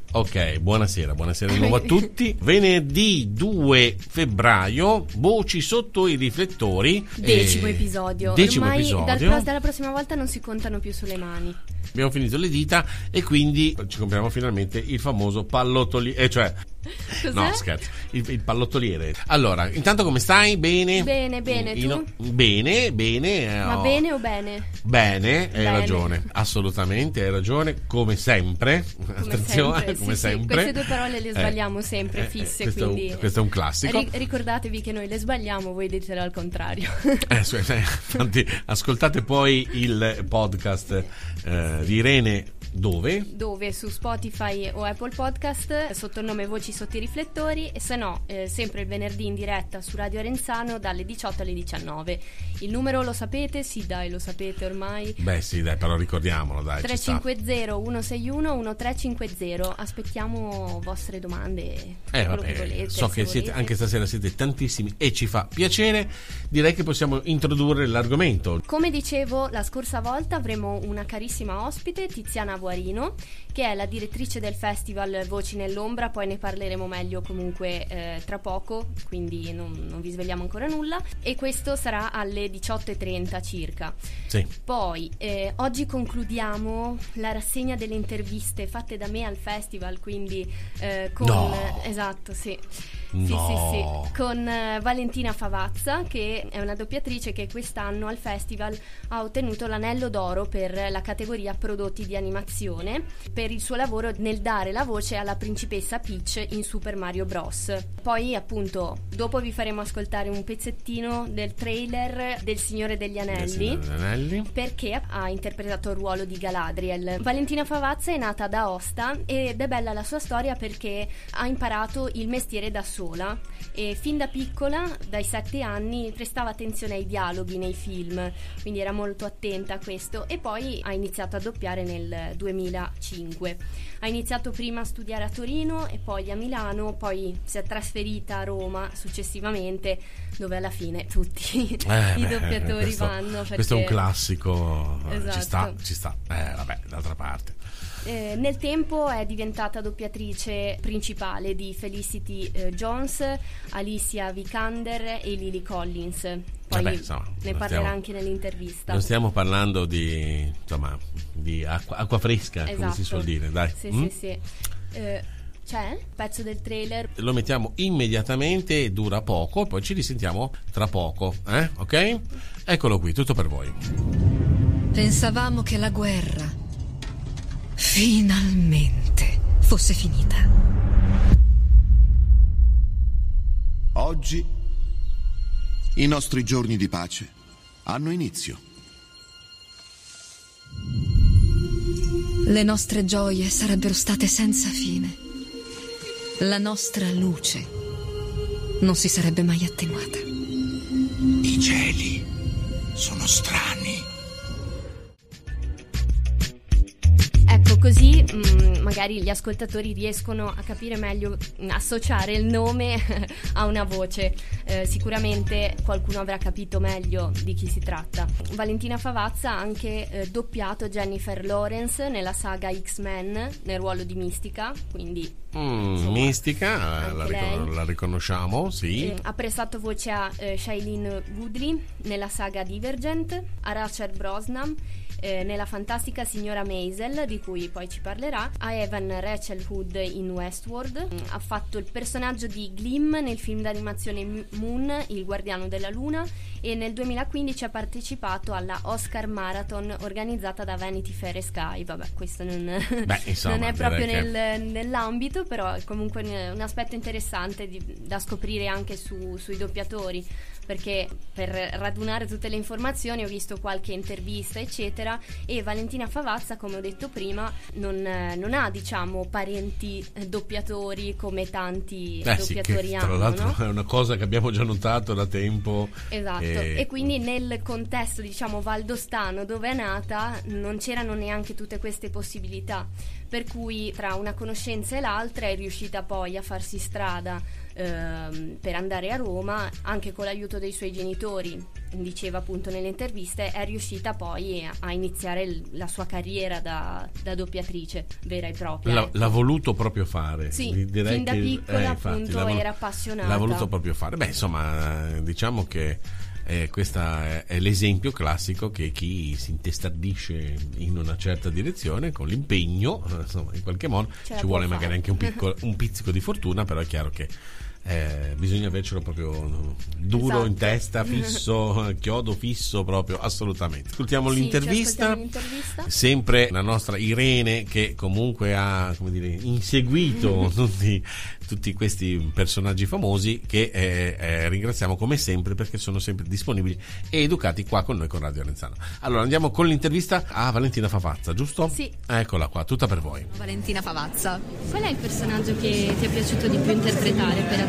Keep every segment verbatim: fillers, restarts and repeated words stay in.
Ok, buonasera, buonasera di nuovo a tutti. Venerdì due febbraio, voci sotto i riflettori. Decimo eh, episodio. Decimo Ormai episodio. Dal, dalla prossima volta non si contano più sulle mani. Abbiamo finito le dita e quindi ci compriamo finalmente il famoso pallottoliere, eh, cioè Cos'è? no scherzo, il, il pallottoliere. Allora, intanto come stai? Bene? Bene, bene, tu? Ino, bene, bene. Eh, Ma oh. bene o bene? Bene, hai Bene. ragione, assolutamente hai ragione, come sempre. Come Attenzione, sempre, come sì, sempre. Sì. Queste due parole le sbagliamo eh, sempre eh, fisse, questo, quindi è un, questo è un classico. ri- ricordatevi che noi le sbagliamo, voi ditelo al contrario. Eh, su- eh, infatti, ascoltate poi il podcast eh, di Irene. Dove? Dove? Su Spotify o Apple Podcast sotto il nome Voci sotto i riflettori, e se no eh, sempre il venerdì in diretta su Radio Arenzano dalle diciotto alle diciannove. Il numero lo sapete? Sì, dai, lo sapete ormai. Beh sì, dai, però ricordiamolo, dai. tre cinque zero uno sei uno uno tre cinque zero. Aspettiamo vostre domande. Eh quello vabbè, che volete, so che se siete, volete. anche stasera siete tantissimi e ci fa piacere. Direi che possiamo introdurre l'argomento. Come dicevo la scorsa volta, avremo una carissima ospite, Tiziana Guarino, che è la direttrice del festival Voci nell'ombra. Poi ne parleremo meglio comunque eh, tra poco, quindi non, non vi svegliamo ancora nulla, e questo sarà alle diciotto e trenta circa. Sì. Poi eh, oggi concludiamo la rassegna delle interviste fatte da me al festival, quindi eh, con No. esatto, sì. No. Sì, sì, sì, con eh, Valentina Favazza, che è una doppiatrice che quest'anno al festival ha ottenuto l'anello d'oro per la categoria prodotti di animazione per il suo lavoro nel dare la voce alla principessa Peach in Super Mario Bros. Poi appunto dopo vi faremo ascoltare un pezzettino del trailer del Signore degli Anelli, Signore degli Anelli. perché ha interpretato il ruolo di Galadriel. Valentina Favazza è nata ad Aosta ed è bella la sua storia perché ha imparato il mestiere da sola e fin da piccola, dai sette anni, prestava attenzione ai dialoghi nei film, quindi era molto attenta a questo, e poi ha iniziato a doppiare nel duemilacinque. Ha iniziato prima a studiare a Torino e poi a Milano, poi si è trasferita a Roma successivamente, dove alla fine tutti Eh, i beh, doppiatori questo, vanno perché... questo è un classico. Esatto. Ci sta, ci sta. Eh vabbè, d'altra parte. Eh, nel tempo è diventata doppiatrice principale di Felicity eh, Jones, Alicia Vikander e Lily Collins. Poi Vabbè, insomma, ne non parlerà stiamo- anche nell'intervista. Non stiamo parlando di, insomma, di acqua, acqua fresca, come Esatto. si suol dire, dai. Sì, Mm? sì, sì. Eh, c'è il pezzo del trailer. Lo mettiamo immediatamente, dura poco, poi ci risentiamo tra poco, eh? Ok? Eccolo qui, tutto per voi. Pensavamo che la guerra finalmente fosse finita. Oggi i nostri giorni di pace hanno inizio. Le nostre gioie sarebbero state senza fine. La nostra luce non si sarebbe mai attenuata. I cieli sono strani. Ecco, così mh, magari gli ascoltatori riescono a capire meglio, mh, associare il nome a una voce. Eh, sicuramente qualcuno avrà capito meglio di chi si tratta. Valentina Favazza ha anche eh, doppiato Jennifer Lawrence nella saga X-Men nel ruolo di Mystica, quindi Mm, insomma, Mistica, anche la, ricon- lei. la riconosciamo, sì. Eh, ha prestato voce a eh, Shailene Woodley nella saga Divergent, a Rachel Brosnan eh, nella fantastica Signora Maisel, di cui poi ci parlerà, a Evan Rachel Wood in Westworld. Mm, ha fatto il personaggio di Glim nel film d'animazione M- Moon, Il Guardiano della Luna, e nel duemilaquindici ha partecipato alla Oscar Marathon organizzata da Vanity Fair e Sky. Vabbè, questo non, Beh, insomma, non è proprio direi che- nel, nell'ambito, però è comunque un, un aspetto interessante di- da scoprire anche su- sui doppiatori, perché per radunare tutte le informazioni ho visto qualche intervista eccetera, e Valentina Favazza, come ho detto prima, non, non ha diciamo parenti eh, doppiatori come tanti Eh sì, doppiatori che tra hanno, l'altro no? è una cosa che abbiamo già notato da tempo. Esatto, e- e quindi nel contesto diciamo valdostano dove è nata non c'erano neanche tutte queste possibilità, per cui tra una conoscenza e l'altra è riuscita poi a farsi strada ehm, per andare a Roma, anche con l'aiuto dei suoi genitori, diceva appunto nelle interviste, è riuscita poi a iniziare il, la sua carriera da, da doppiatrice vera e propria. L'ha, l'ha voluto proprio fare. Sì, direi fin da che, piccola eh, appunto infatti, l'ha, era appassionata. L'ha voluto proprio fare. Beh, insomma, diciamo che Eh, questo è, è l'esempio classico che chi si intestardisce in una certa direzione con l'impegno, insomma, in qualche modo ci vuole fare. magari anche un, piccolo, un pizzico di fortuna, però è chiaro che eh, bisogna avercelo proprio duro, esatto, in testa, fisso, chiodo fisso proprio, assolutamente. Ascoltiamo sì, l'intervista. l'intervista Sempre la nostra Irene, che comunque ha, come dire, inseguito tutti, tutti questi personaggi famosi, che eh, eh, ringraziamo come sempre perché sono sempre disponibili e educati qua con noi con Radio Arenzano. Allora andiamo con l'intervista a Valentina Favazza, giusto? Sì. Eccola qua, tutta per voi. Valentina Favazza. Qual è il personaggio che ti è piaciuto di più interpretare per adesso?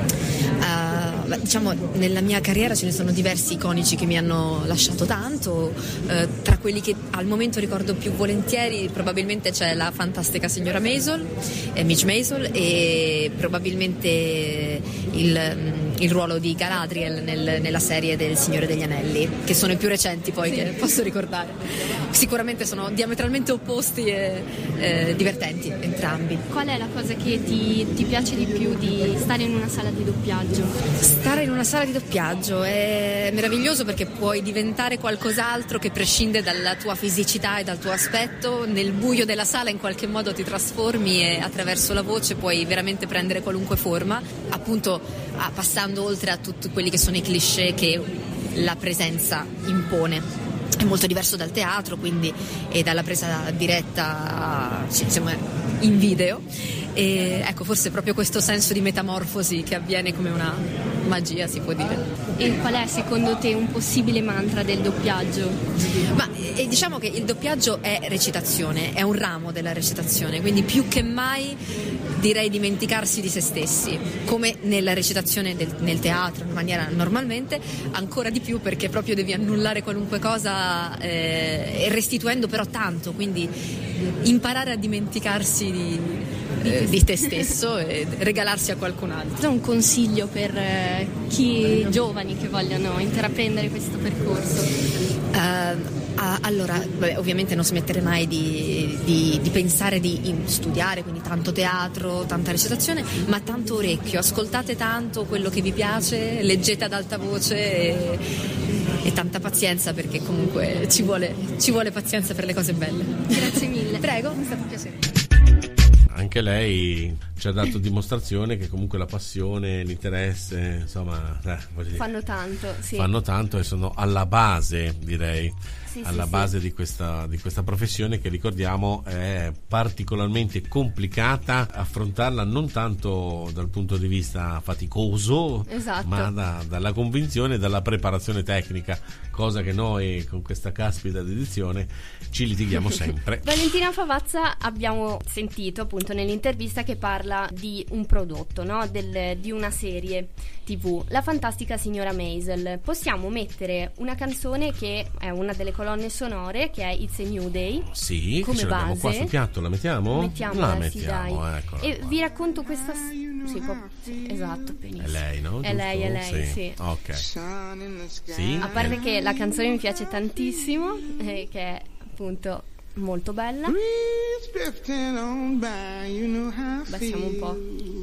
Uh, beh, diciamo, nella mia carriera ce ne sono diversi iconici che mi hanno lasciato tanto. Uh, tra quelli che al momento ricordo più volentieri probabilmente c'è la fantastica signora Maisel, eh, Midge Maisel, e probabilmente il, il ruolo di Galadriel nel, nella serie del Signore degli Anelli, che sono i più recenti poi, sì, che posso ricordare. Sicuramente sono diametralmente opposti e eh, divertenti entrambi. Qual è la cosa che ti, ti piace di più di stare in una sala di doppiaggio? Stare in una sala di doppiaggio è meraviglioso perché puoi diventare qualcos'altro che prescinde dalla tua fisicità e dal tuo aspetto. Nel buio della sala in qualche modo ti trasformi e attraverso la voce puoi veramente prendere qualunque forma, appunto passando oltre a tutti quelli che sono i cliché che la presenza impone. È molto diverso dal teatro, quindi, e dalla presa diretta, insomma, in video. E ecco, forse proprio questo senso di metamorfosi che avviene come una magia, si può dire. E qual è secondo te un possibile mantra del doppiaggio? Ma eh, diciamo che il doppiaggio è recitazione, è un ramo della recitazione, quindi più che mai direi dimenticarsi di se stessi, come nella recitazione del, nel teatro, in maniera normalmente, ancora di più perché proprio devi annullare qualunque cosa, eh, restituendo però tanto, quindi imparare a dimenticarsi di, eh, di te stesso e regalarsi a qualcun altro. C'è un consiglio per eh, chi giovani che vogliono intraprendere questo percorso? Uh, Ah, allora, vabbè, ovviamente non smettere mai di, di, di pensare di studiare, quindi tanto teatro, tanta recitazione, ma tanto orecchio, ascoltate tanto quello che vi piace, leggete ad alta voce e, e tanta pazienza, perché comunque ci vuole, ci vuole pazienza per le cose belle. Grazie mille. Prego, è stato un piacere. Anche lei ci ha dato dimostrazione che comunque la passione, l'interesse, insomma, eh, voglio dire, fanno tanto, sì. fanno tanto e sono alla base, direi, sì, alla sì, base sì. di questa, di questa professione che, ricordiamo, è particolarmente complicata. Affrontarla non tanto dal punto di vista faticoso, esatto, ma da, dalla convinzione e dalla preparazione tecnica, cosa che noi con questa caspita di edizione ci litighiamo sempre. Valentina Favazza abbiamo sentito appunto nell'intervista che parla di un prodotto, no? Del, di una serie tivù, La fantastica signora Maisel. Possiamo mettere una canzone che è una delle colonne sonore, che è It's a New Day. Sì, come ce l'abbiamo base. qua sul piatto, la mettiamo? Mettiamola, la sì, mettiamo, dai. eccola E qua. vi racconto questa s- sì, può- sì, esatto, benissimo. È lei, no? È lei, è lei, sì. Ok. Sì. A parte che la canzone mi piace tantissimo, eh, che è appunto molto bella. Bassiamo un po'.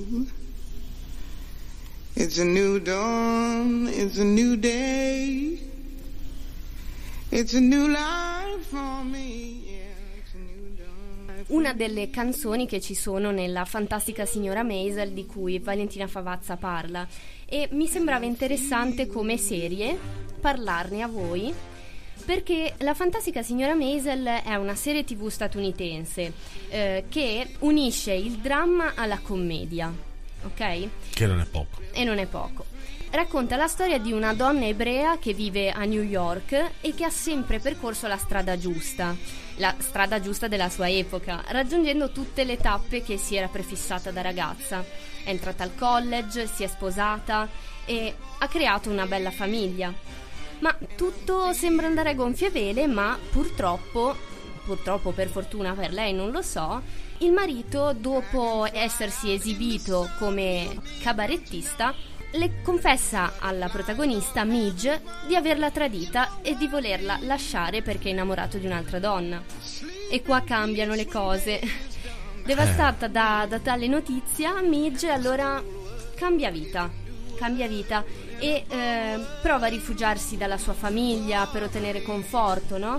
It's a new dawn, it's a new day, it's a new life for me, yeah, it's a new dawn. Una delle canzoni che ci sono nella fantastica signora Maisel, di cui Valentina Favazza parla, e mi sembrava interessante come serie parlarne a voi, perché La fantastica signora Maisel è una serie tivù statunitense eh, che unisce il dramma alla commedia, ok? Che non è poco. E non è poco. Racconta la storia di una donna ebrea che vive a New York e che ha sempre percorso la strada giusta, la strada giusta della sua epoca, raggiungendo tutte le tappe che si era prefissata da ragazza. È entrata al college, si è sposata e ha creato una bella famiglia. Ma tutto sembra andare a gonfie vele, ma purtroppo, purtroppo per fortuna per lei, non lo so, il marito, dopo essersi esibito come cabarettista, le confessa alla protagonista Midge di averla tradita e di volerla lasciare perché è innamorato di un'altra donna. E qua cambiano le cose. Devastata da, da tale notizia, Midge allora cambia vita, cambia vita e eh, prova a rifugiarsi dalla sua famiglia per ottenere conforto, no?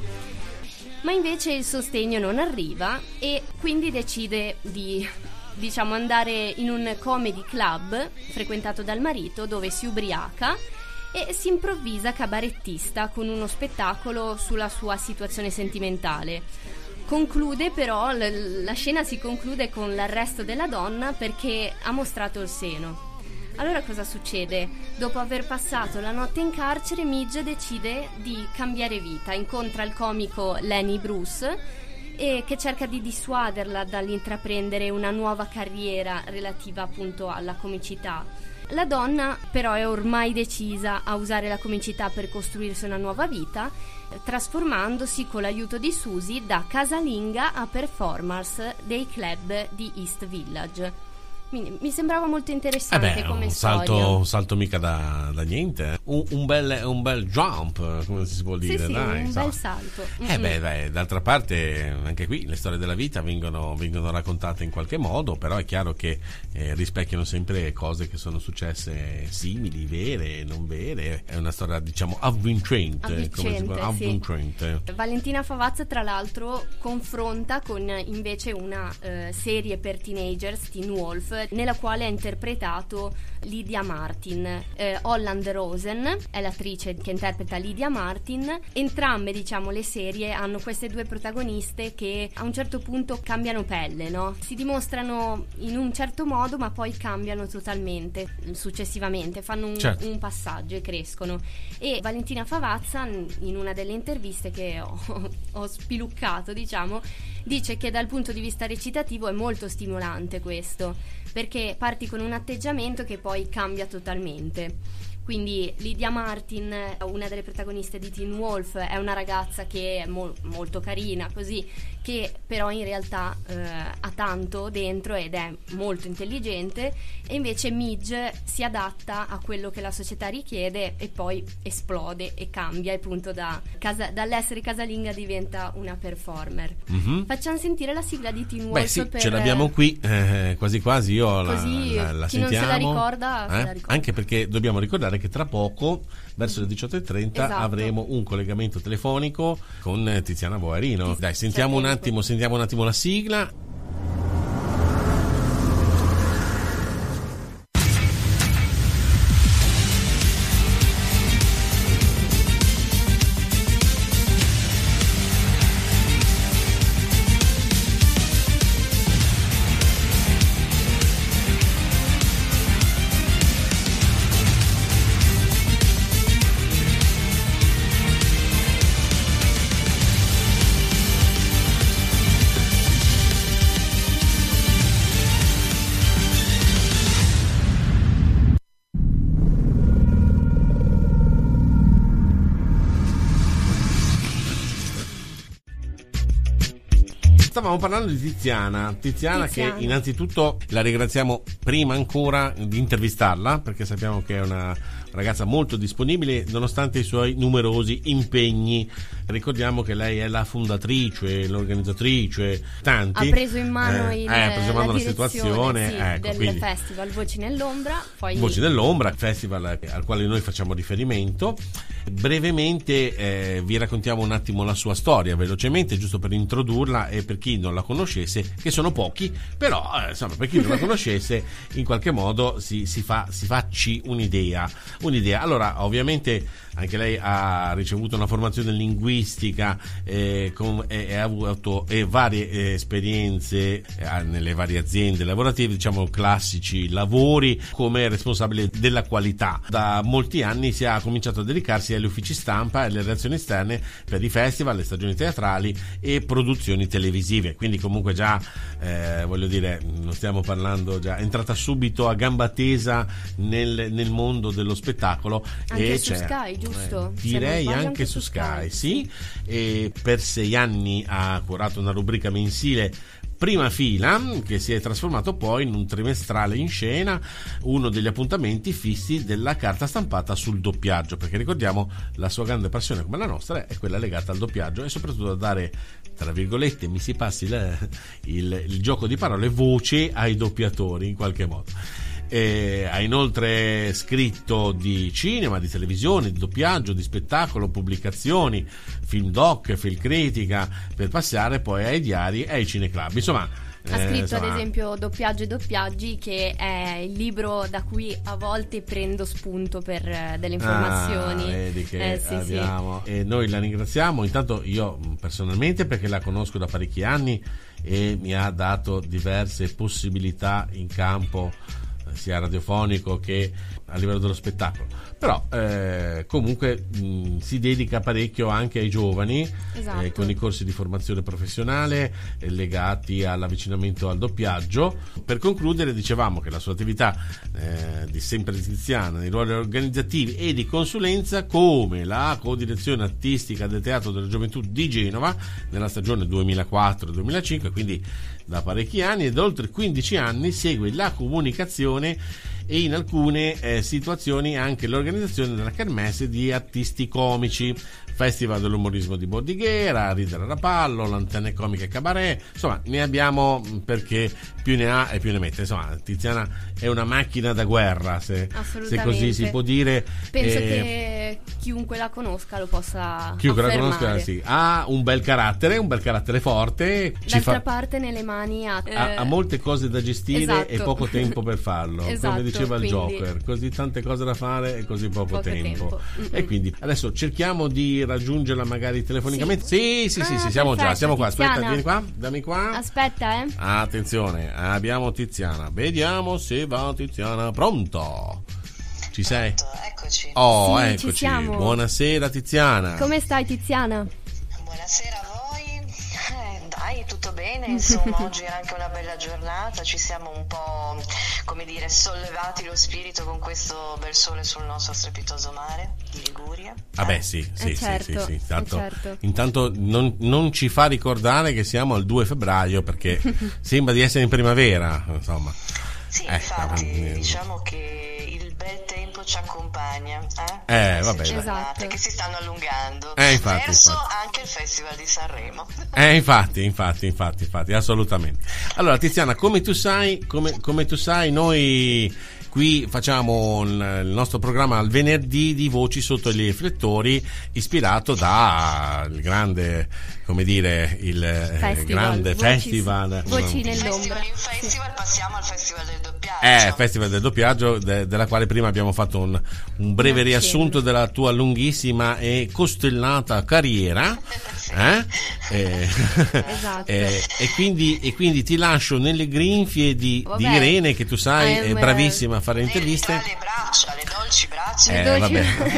Ma invece il sostegno non arriva e quindi decide di, diciamo, andare in un comedy club frequentato dal marito, dove si ubriaca e si improvvisa cabarettista con uno spettacolo sulla sua situazione sentimentale. Conclude però, l- la scena si conclude con l'arresto della donna perché ha mostrato il seno. Allora cosa succede? Dopo aver passato la notte in carcere, Midge decide di cambiare vita. Incontra il comico Lenny Bruce, e che cerca di dissuaderla dall'intraprendere una nuova carriera relativa appunto alla comicità. La donna però è ormai decisa a usare la comicità per costruirsi una nuova vita, trasformandosi con l'aiuto di Susie da casalinga a performance dei club di East Village. Quindi mi sembrava molto interessante eh beh, come un storia. salto, un salto mica da, da niente, un, un, bel, un bel jump, come si può dire, sì, sì, dai, un so. bel salto. Eh Mm-mm. beh, beh, d'altra parte anche qui le storie della vita vengono, vengono raccontate in qualche modo, però è chiaro che eh, rispecchiano sempre cose che sono successe simili, vere, non vere. È una storia, diciamo, avvincente, come si può, Avvincente, avvincente. sì. Valentina Favazza tra l'altro confronta con invece una eh, serie per teenagers, Teen Wolf, nella quale ha interpretato Lydia Martin. eh, Holland Rosen è l'attrice che interpreta Lydia Martin. Entrambe, diciamo, le serie hanno queste due protagoniste che a un certo punto cambiano pelle, no? Si dimostrano in un certo modo ma poi cambiano totalmente successivamente, fanno un, Certo. un passaggio e crescono. E Valentina Favazza, in una delle interviste che ho, ho spiluccato, diciamo, dice che dal punto di vista recitativo è molto stimolante questo, perché parti con un atteggiamento che poi cambia totalmente. Quindi Lydia Martin, una delle protagoniste di Teen Wolf, è una ragazza che è mo- molto carina, così, che però in realtà eh, ha tanto dentro ed è molto intelligente, e invece Midge si adatta a quello che la società richiede e poi esplode e cambia, e appunto da casa- dall'essere casalinga diventa una performer. Mhm. Facciamo sentire la sigla di Teen Wolf. Beh sì, per, ce l'abbiamo qui, eh, quasi quasi io la, Così la, la chi non sentiamo. se la ricorda, se eh? la ricorda. Anche perché dobbiamo ricordare che tra poco, verso le diciotto e trenta, Esatto. avremo un collegamento telefonico con eh, Tiziana Boarino. Ti- Dai, sentiamo un Tiziana attimo, sentiamo un attimo la sigla. Stavamo parlando di Tiziana, Tiziana, Tiziana. che innanzitutto la ringraziamo prima ancora di intervistarla, perché sappiamo che è una ragazza molto disponibile nonostante i suoi numerosi impegni. Ricordiamo che lei è la fondatrice, l'organizzatrice, tanti. Ha preso in mano, eh, il, eh, ha preso in mano la, direzione, situazione, sì, ecco, del quindi, festival Voci nell'ombra. Poi Voci dell'ombra, festival al quale noi facciamo riferimento. Brevemente eh, vi raccontiamo un attimo la sua storia, velocemente, giusto per introdurla e per chi non la conoscesse, che sono pochi, però eh, insomma, per chi non la conoscesse, in qualche modo si, si, fa, si facci un'idea. un'idea. Allora, ovviamente anche lei ha ricevuto una formazione linguistica eh, con, e, e ha avuto e varie eh, esperienze eh, nelle varie aziende lavorative, diciamo classici lavori come responsabile della qualità. Da molti anni si è cominciato a dedicarsi agli uffici stampa e alle relazioni esterne per i festival, le stagioni teatrali e produzioni televisive. Quindi comunque già eh, voglio dire, non stiamo parlando, già è entrata subito a gamba tesa nel, nel mondo dello spettacolo. Anche e su c'è, Sky, giusto? eh, Se direi non sbaglio, anche su Sky, sì. E per sei anni ha curato una rubrica mensile prima fila, che si è trasformato poi in un trimestrale in scena, uno degli appuntamenti fissi della carta stampata sul doppiaggio, perché ricordiamo la sua grande passione come la nostra è quella legata al doppiaggio e soprattutto a dare, tra virgolette, mi si passi il, il, il gioco di parole, voce ai doppiatori in qualche modo. E ha inoltre scritto di cinema, di televisione, di doppiaggio, di spettacolo, pubblicazioni, film doc, film critica, per passare poi ai diari e ai cineclub. Insomma, ha scritto eh, insomma, ad esempio Doppiaggio e doppiaggi, che è il libro da cui a volte prendo spunto per uh, delle informazioni. Ah, vedi che eh, sì, abbiamo. Sì. E noi la ringraziamo intanto, io personalmente, perché la conosco da parecchi anni e mi ha dato diverse possibilità in campo sia radiofonico che a livello dello spettacolo, però eh, comunque mh, si dedica parecchio anche ai giovani, esatto. eh, con i corsi di formazione professionale eh, legati all'avvicinamento al doppiaggio. Per concludere, dicevamo che la sua attività eh, di sempre di Tiziana nei ruoli organizzativi e di consulenza, come la co-direzione artistica del Teatro della Gioventù di Genova nella stagione duemilaquattro duemilacinque, quindi da parecchi anni, e da oltre quindici anni segue la comunicazione e in alcune eh, situazioni anche l'organizzazione della kermesse di artisti comici, Festival dell'umorismo di Bordighera, Ridere a Rapallo, l'Antenne Comiche Cabaret. Insomma, ne abbiamo, perché più ne ha e più ne mette. Insomma, Tiziana è una macchina da guerra, se, se così si può dire. Penso eh, che chiunque la conosca lo possa chiunque affermare. la conosca, sì. Ha un bel carattere, un bel carattere forte. D'altra ci fa... parte nelle mani ha, eh... ha, ha molte cose da gestire, esatto. e poco tempo per farlo. Esatto, come diceva il quindi... Joker, così tante cose da fare e così poco, poco tempo, tempo. E quindi adesso cerchiamo di raggiungerla magari telefonicamente. Sì, sì, sì, ah, sì, siamo perfetto, già, siamo qua. Tiziana. Aspetta, vieni qua, dammi qua. Aspetta, eh. Attenzione, abbiamo Tiziana. Vediamo se va Tiziana. Pronto? Ci sei? Eccoci. Oh, sì, eccoci. ci siamo. Buonasera Tiziana. Come stai, Tiziana? Buonasera a voi. Eh, dai, tutto bene, insomma, oggi era anche una bella giornata, ci siamo un po', come dire, sollevati lo spirito con questo bel sole sul nostro strepitoso mare di Liguria. Ah beh, sì, sì, eh sì, certo, sì, sì. Intanto, eh certo. intanto non, non ci fa ricordare che siamo al due febbraio, perché sembra di essere in primavera, insomma. Sì, eh, infatti, eh, diciamo che il bel tempo ci accompagna, eh? Eh, vabbè, Queste dai. giornate Esatto. che si stanno allungando, Eh, infatti, verso infatti. anche il Festival di Sanremo. Eh, infatti, infatti, infatti, infatti, assolutamente. Allora, Tiziana, come tu sai, come, come tu sai, noi qui facciamo il, il nostro programma al venerdì di Voci sotto i riflettori, ispirato dal grande, come dire, il Festival. grande Voci, festival. Voci Il nell'ombra. festival in festival, passiamo al Festival del doppiaggio. Eh, Festival del doppiaggio, de, della quale prima abbiamo fatto un, un breve Un riassunto della tua lunghissima e costellata carriera. Eh? Eh, Esatto. eh, e, quindi, e quindi ti lascio nelle grinfie di, Vabbè. di Irene, che tu sai è I'm, bravissima a fare Tra interviste. le braccia, le dolci braccia. Eh, dolci-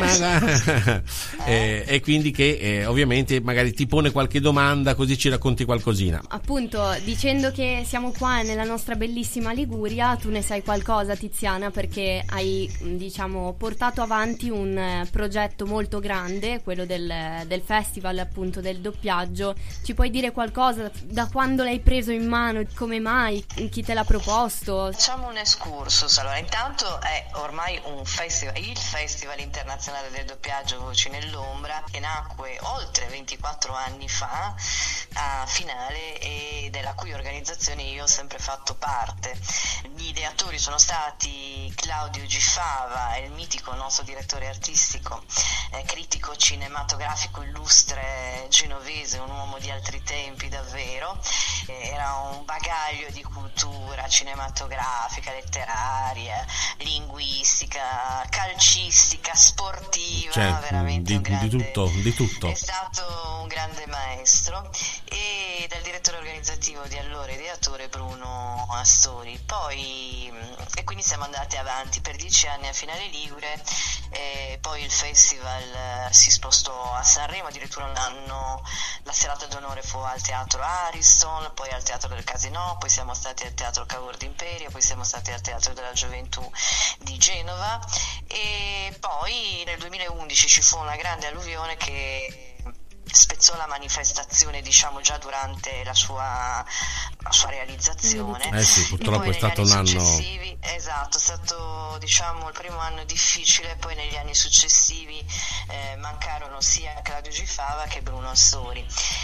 vabbè. eh, e quindi che eh, ovviamente magari ti pone qualche domanda, così ci racconti qualcosina. Appunto, dicendo che siamo qua nella nostra bellissima Liguria, tu ne sai qualcosa, Tiziana, perché hai, diciamo, portato avanti un eh, progetto molto grande, quello del, del festival, appunto, del doppiaggio. Ci puoi dire qualcosa? Da quando l'hai preso in mano? Come mai? Chi te l'ha proposto? Facciamo un excursus. Allora, intanto è ormai un festival, il Festival Internazionale del Doppiaggio Voci nell'Ombra, che nacque oltre ventiquattro anni fa a Finale e della cui organizzazione io ho sempre fatto parte. Gli ideatori sono stati Claudio Gifava, il mitico nostro direttore artistico, eh, critico cinematografico illustre genovese, un uomo di altri tempi davvero. Eh, era un bagaglio di cultura cinematografica, letteraria, linguistica, calcistica, sportiva, Cioè, veramente di, un grande, di tutto, di tutto. è stato un grande maestro, e dal direttore organizzativo di allora, ideatore, Bruno Astori. Poi e quindi siamo andati avanti per dieci anni a Finale Ligure, e poi il festival eh, si spostò a Sanremo, addirittura un anno la serata d'onore fu al Teatro Ariston, poi al Teatro del Casino, poi siamo stati al Teatro Cavour d'Imperio, poi siamo stati al Teatro della Gioventù di Genova, e poi nel duemilaundici ci fu una grande alluvione che spezzò la manifestazione, diciamo, già durante la sua, la sua realizzazione. Eh sì, purtroppo è stato un anno. Esatto, è stato, diciamo, il primo anno difficile, poi negli anni successivi eh, mancarono sia Claudio Gifava che Bruno Astori.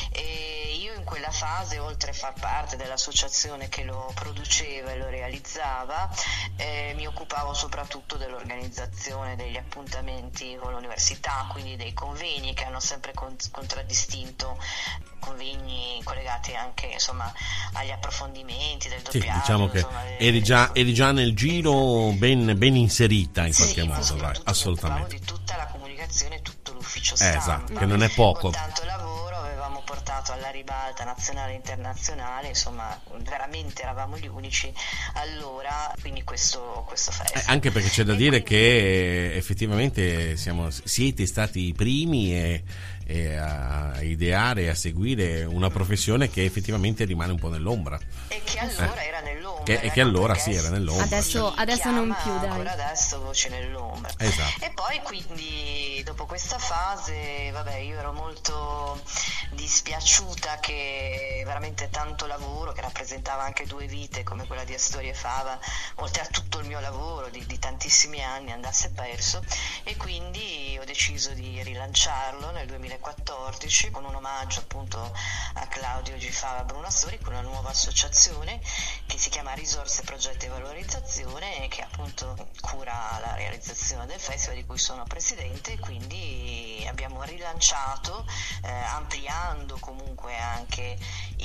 E io in quella fase, oltre a far parte dell'associazione che lo produceva e lo realizzava, eh, mi occupavo soprattutto dell'organizzazione degli appuntamenti con l'università, quindi dei convegni che hanno sempre cont- contraddistinto convegni collegati anche, insomma, agli approfondimenti del doppiaggio. Sì, diciamo che insomma, eri già, eri già nel giro ben, ben inserita in sì, qualche modo, dai, assolutamente. Di tutta la comunicazione, tutto l'ufficio Eh, stampa. esatto, che non è poco. Con tanto lavoro avevamo portato alla ribalta nazionale e internazionale, insomma, veramente eravamo gli unici allora, quindi questo, questo festival. Eh, anche perché c'è da e dire quindi... che effettivamente siamo, siete stati i primi e, e a ideare e a seguire una professione che effettivamente rimane un po' nell'ombra. E che allora eh. era nell'ombra. Che, e che allora sì, era nell'ombra. Adesso, certo. adesso non più, dai. Ancora adesso voce nell'ombra. Esatto. E poi quindi dopo questa fase, vabbè, io ero molto dispiaciuta che veramente tanto lavoro, che rappresentava anche due vite come quella di Astori e Fava, oltre a tutto il mio lavoro di, di tantissimi anni, andasse perso, e quindi ho deciso di rilanciarlo nel duemilaquattordici con un omaggio appunto a Claudio Gifava e Bruno Astori, con una nuova associazione che si chiama Risorse, Progetti e Valorizzazione, e che appunto cura la realizzazione del festival di cui sono presidente. Quindi abbiamo rilanciato, eh, ampliando comunque anche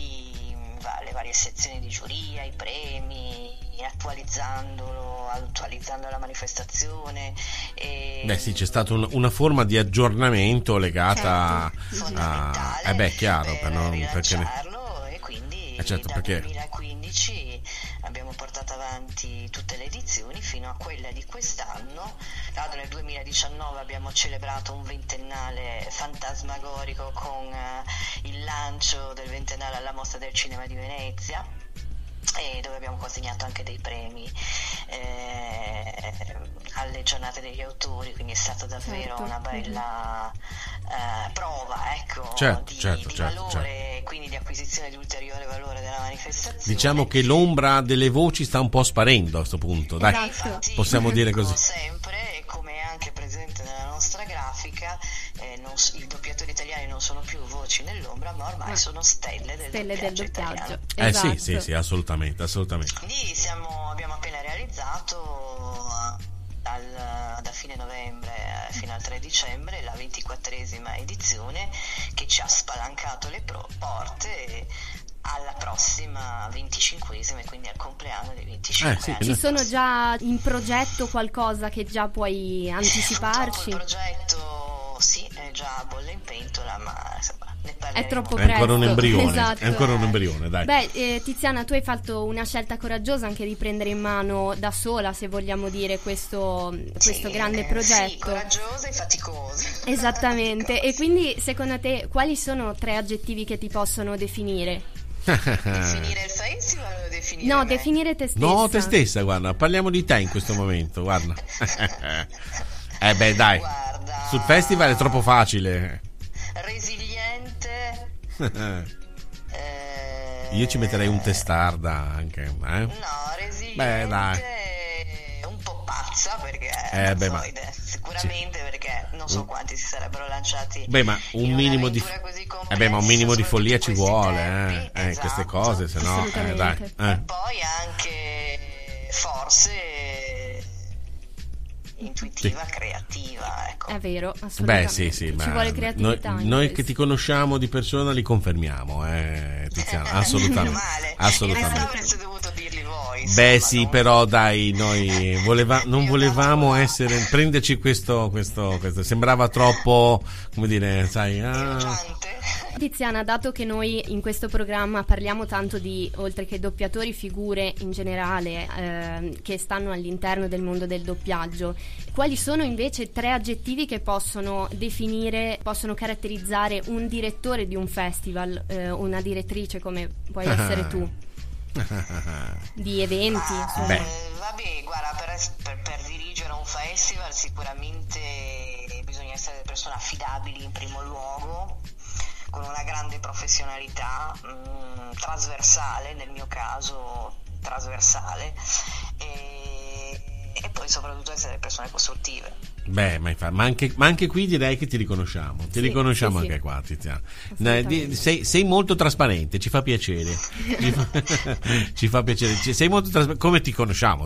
i, va, le varie sezioni di giuria, i premi, attualizzandolo, attualizzando la manifestazione. E Beh sì, c'è stata un, una forma di aggiornamento legata certo, a... Eh beh, chiaro, per per non, perché ne... e quindi eh certo, dal perché... duemilaquindici abbiamo portato avanti tutte le edizioni fino a quella di quest'anno. Nel duemiladiciannove abbiamo celebrato un ventennale fantasmagorico con uh, il lancio del ventennale alla Mostra del Cinema di Venezia, e dove abbiamo consegnato anche dei premi eh, alle giornate degli autori, quindi è stata davvero certo. una bella eh, prova, ecco, certo, di, certo, di certo, valore, certo. quindi di acquisizione di ulteriore valore della manifestazione. Diciamo che l'ombra delle voci sta un po' sparendo a questo punto, dai, Esatto. Infatti, possiamo dire così. Sempre, e come è anche presente nella nostra grafica, eh, non, i doppiatori italiani non sono più voci nell'ombra, ma ormai Ma sono stelle del stelle doppiaggio, del doppiaggio. italiano. Eh Esatto. sì, sì, sì, assolutamente, assolutamente. Quindi siamo, abbiamo appena realizzato dal, da fine novembre fino al tre dicembre la ventiquattresima edizione, che ci ha spalancato le pro- porte alla prossima venticinquesima, e quindi al compleanno dei venticinque Eh, sì, anni. Ci sono già in progetto qualcosa che già puoi anticiparci? Purtroppo il progetto sì, è già a bolle in pentola, ma insomma ne È parleremo. troppo È presto. ancora un embrione, Esatto. è ancora un embrione, dai. Beh, eh, Tiziana, tu hai fatto una scelta coraggiosa anche di prendere in mano da sola, se vogliamo dire, questo, questo Sì, grande eh, progetto. Sì, coraggiosa e faticosa. Esattamente. E quindi, secondo te, quali sono tre aggettivi che ti possono definire? Definire il festival o definire No, me? definire te stessa. No, te stessa, guarda, parliamo di te in questo momento, guarda. Eh beh, dai, Guarda, sul festival è troppo facile. resiliente. eh, Io ci metterei un testarda anche, eh? No, resiliente. Beh, dai. Un po' pazza, perché Eh, beh, ma- sicuramente, perché non so quanti si sarebbero lanciati. Beh, ma un in minimo di un'avventura così eh beh, ma un minimo di complessa, follia ci soprattutto in vuole, questi eh, tempi. eh Esatto. queste cose, se no, eh, dai. Assolutamente. Eh. E poi anche forse intuitiva, creativa, ecco. È vero, assolutamente. Beh, sì, sì, Ci ma vuole noi, creatività. in noi questo. che ti conosciamo di persona li confermiamo, eh, Tiziana, Meno assolutamente. male. In Assolutamente. realtà avreste dovuto dirli voi. Beh, insomma, sì, non- però dai, noi voleva, non Io volevamo davo- essere, prenderci questo, questo, questo, sembrava troppo, come dire, sai, ah, elogiante. Tiziana, dato che noi in questo programma parliamo tanto di, oltre che doppiatori, figure in generale ehm, che stanno all'interno del mondo del doppiaggio, quali sono invece tre aggettivi che possono definire, possono caratterizzare un direttore di un festival, eh, una direttrice come puoi essere tu, di eventi, Ah, insomma. Beh. eh, vabbè, guarda, per, per, per dirigere un festival sicuramente bisogna essere persone affidabili in primo luogo, con una grande professionalità, mh, trasversale, nel mio caso trasversale, e, e poi soprattutto essere persone costruttive. Beh, ma, infa- ma, anche, ma anche qui direi che ti riconosciamo, ti Sì, riconosciamo sì, anche sì. qua, Tiziana. No, di- sei, sei molto trasparente, ci fa piacere. ci, fa, ci fa piacere. Ci- sei molto trasparente, come ti conosciamo